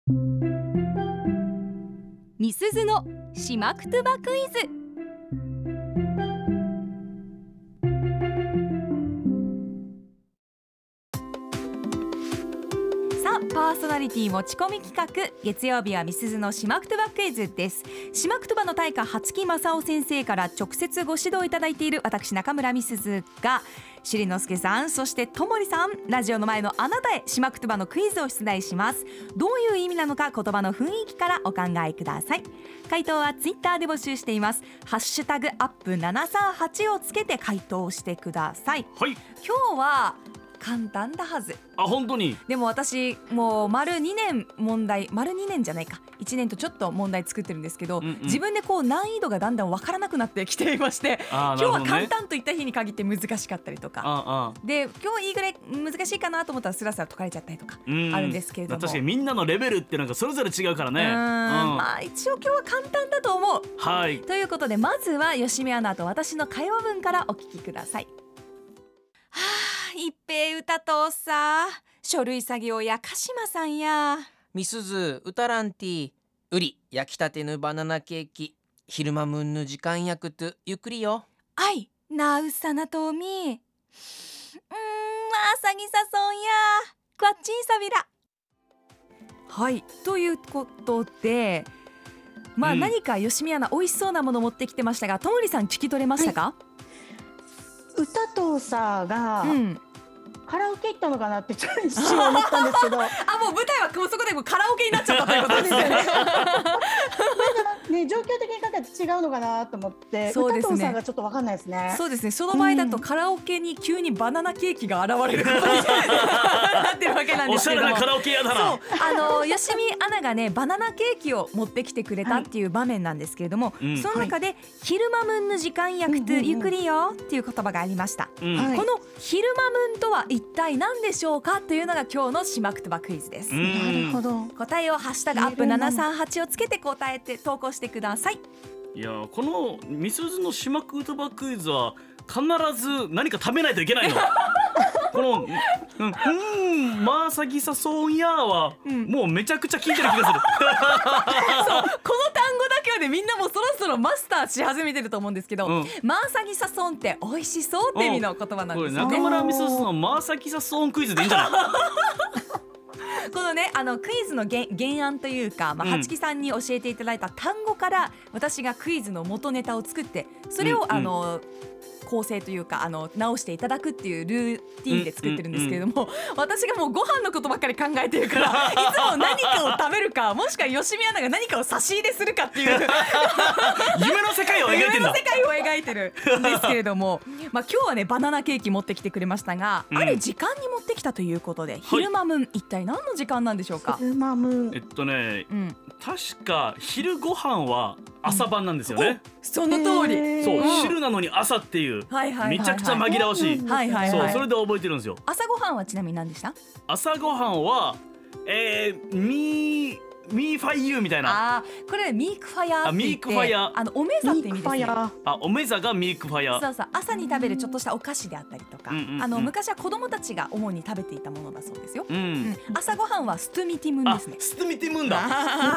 みすずのしまくとばクイズ。パーソナリティ持ち込み企画、月曜日はみすずのしまくとばクイズです。しまくとばの大家初木正夫先生から直接ご指導いただいている私中村みすずが、しりのすけさん、そしてともりさん、ラジオの前のあなたへしまくとばのクイズを出題します。どういう意味なのか、言葉の雰囲気からお考えください。回答はツイッターで募集しています。ハッシュタグアップ738をつけて回答してください。 はい、 今日は簡単だはず。 本当に。 でも私もう丸2年問題、丸2年じゃないか、1年とちょっと問題作ってるんですけど、自分でこう難易度がだんだん分からなくなってきていまして、今日は簡単といった日に限って難しかったりとかで、今日いいぐらい難しいかなと思ったらスラスラ解かれちゃったりとかあるんですけれども、 確かにみんなのレベルってなんかそれぞれ違うからね。 一応今日は簡単だと思う。 はい。 ということで、まずは吉見アナと私の会話文からお聞きください。一平歌とさ、書類作業や鹿島さんやみすずうたらんティーうり焼きたてぬバナナケーキ昼間むんぬ時間やくとゆっくりよ。 あいなうさなとみあさぎさそんやこっちんさびら。はいということで、何か吉見アナ美味しそうなもの持ってきてましたが、ともりさん聞き取れましたか？ 歌とさが、カラオケ行ったのかなってちょっと一瞬思ったんですけどもう舞台はもうそこでもうカラオケになっちゃったということですよね。 ね、状況的に考えて違うのかなと思って、 そうですね、 歌とさがちょっと分かんないですね。 そうですね、その場合だとカラオケに急にバナナケーキが現れることになってるわけなんですけども、 おしゃれなカラオケ屋だな。 そう、吉見アナがねバナナケーキを持ってきてくれたっていう場面なんですけれども、その中で、昼間むんぬ時間やくとゆっくりよっていう言葉がありました。この昼間むんとは一体何でしょうかというのが今日のしまくとばクイズです。 なるほど。 答えをハッシュタグアップ738をつけて答えて投稿してください。 いや、このみすずのしまくとばクイズは必ず何か食べないといけないの。このまあさぎさそんやは、もうめちゃくちゃ聞いてる気がする。 そう、この単語だけはね、みんなもそろそろマスターし始めてると思うんですけど、まあさぎさそんって美味しそうって意味の言葉なんですよね。 これ中村みすずのまあさぎさそんクイズでいいんじゃない？ このね、クイズの原案というか、八木さんに教えていただいた単語から私がクイズの元ネタを作って、それを構成というか直していただくっていうルーティンで作ってるんですけれども、私がもうご飯のことばっかり考えてるから、いつも何かを食べるか、もしくは吉見アナが何かを差し入れするかっていう夢の世界を描いてんだ。 夢の世界を描いてるんですけれども、今日はねバナナケーキ持ってきてくれましたが、ある時間に持ってきたということで、昼間むん、一体何の時間なんでしょうか？ 昼間むん、 確か昼ご飯は朝晩なんですよね。 その通り。 そう、昼なのに朝っていう、めちゃくちゃ紛らわしい。そう、それで覚えてるんですよ。 朝ごはんはちなみに何でした？ 朝ごはんはミーファイユーみたいな。 これミークファヤーって言って、 ミークファヤー、 おめざって意味ですね。 おめざがミークファヤー。 そうそう、朝に食べるちょっとしたお菓子であったりとか、昔は子供たちが主に食べていたものだそうですよ。朝ごはんはストゥミティムンですね。 ストゥミティムンだ。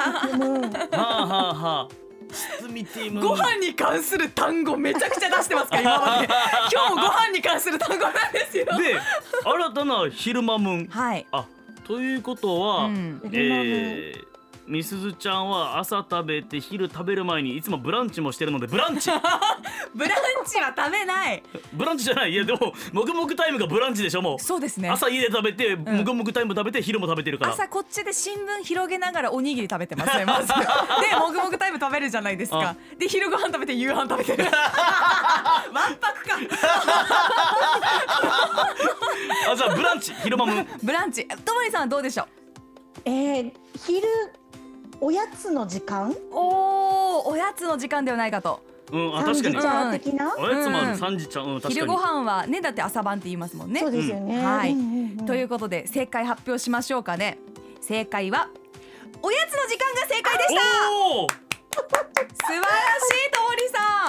ストゥミティムン。 ご飯に関する単語めちゃくちゃ出してますから今まで。今日もご飯に関する単語なんですよ。 で、新たな昼間むん。ということは、みすずちゃんは朝食べて昼食べる前にいつもブランチもしてるので、ブランチブランチは食べない。 ブランチじゃない。いやでももぐもぐタイムがブランチでしょ。もうそうですね。 朝家で食べて、もぐもぐタイム食べて、昼も食べてるから。 朝こっちで新聞広げながらおにぎり食べてますねまず。でもぐもぐタイム食べるじゃないですか。で昼ご飯食べて夕飯食べてる。わんぱくか。 じゃあブランチ、昼間むん。 ブランチ。ともりさんはどうでしょう？ 昼おやつの時間？ おやつの時間ではないかと。 確かに。 おやつもある。3時茶。確かに。 昼ご飯はね、だって朝晩って言いますもんね。 そうですよね。 はい。ということで正解発表しましょうかね。正解はおやつの時間が正解でした。素晴らしい、ともりさん。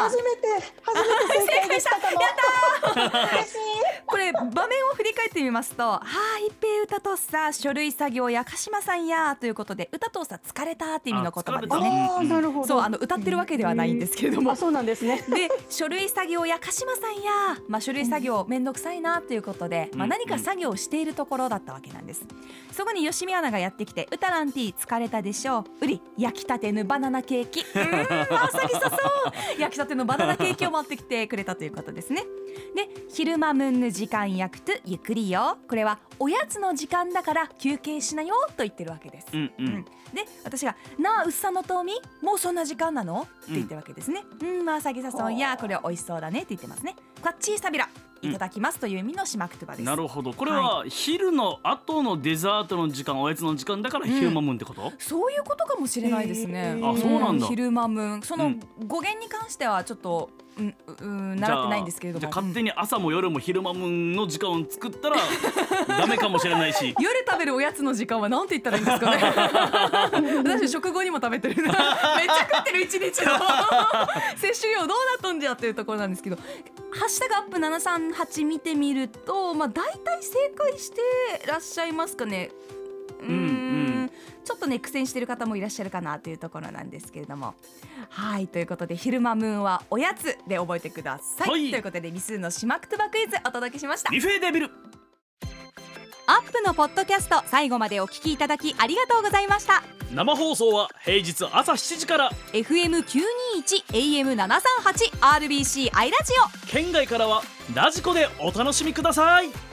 初めて正解でしたかも。 やったー嬉しい。 これ場面を振り返ってみますと、一平歌とさ書類作業や鹿島さんやということで、歌とさ疲れたって意味の言葉ですね。 なるほど。 そう歌ってるわけではないんですけれども、 そうなんですね。 で書類作業や鹿島さんや、書類作業めんどくさいなということで、何か作業をしているところだったわけなんです。そこに吉見アナがやってきて、うたらんティー疲れたでしょう、うり焼きたてのバナナケーキ、まさにそう焼きたてのバナナケーキを持ってきてくれたということですね。で昼間むんぬ時間やくとゆっくりよ、これはおやつの時間だから休憩しなよと言ってるわけです。で私がなあうっさのとみもうそんな時間なのって言ってるわけですね。まさぎさそんや、これは美味しそうだねって言ってますね。カッチーサビラいただきますという意味のしまくとばです。 なるほど、これは昼の後のデザートの時間、おやつの時間だから昼間むんってこと？ そういうことかもしれないですね。 そうなんだ。 昼間むん、その語源に関してはちょっと習ってないんですけれども、 じゃあ勝手に朝も夜も昼間むんの時間を作ったらダメかもしれないし夜食べるおやつの時間はなんて言ったらいいんですかね私食後にも食べてるめっちゃ食ってる一日の摂取量どうなっとんじゃっていうところなんですけど、ハッシュタグアップ738見てみると、だいたい正解してらっしゃいますかね。ちょっとね苦戦してる方もいらっしゃるかなというところなんですけれども、ということで昼間ムーンはおやつで覚えてください、ということでミスのしまくとばクイズお届けしました。 リフェデビルアップのポッドキャスト、最後までお聞きいただきありがとうございました。 生放送は平日朝7時から FM921 AM738 RBC アイラジオ、 県外からはラジコでお楽しみください。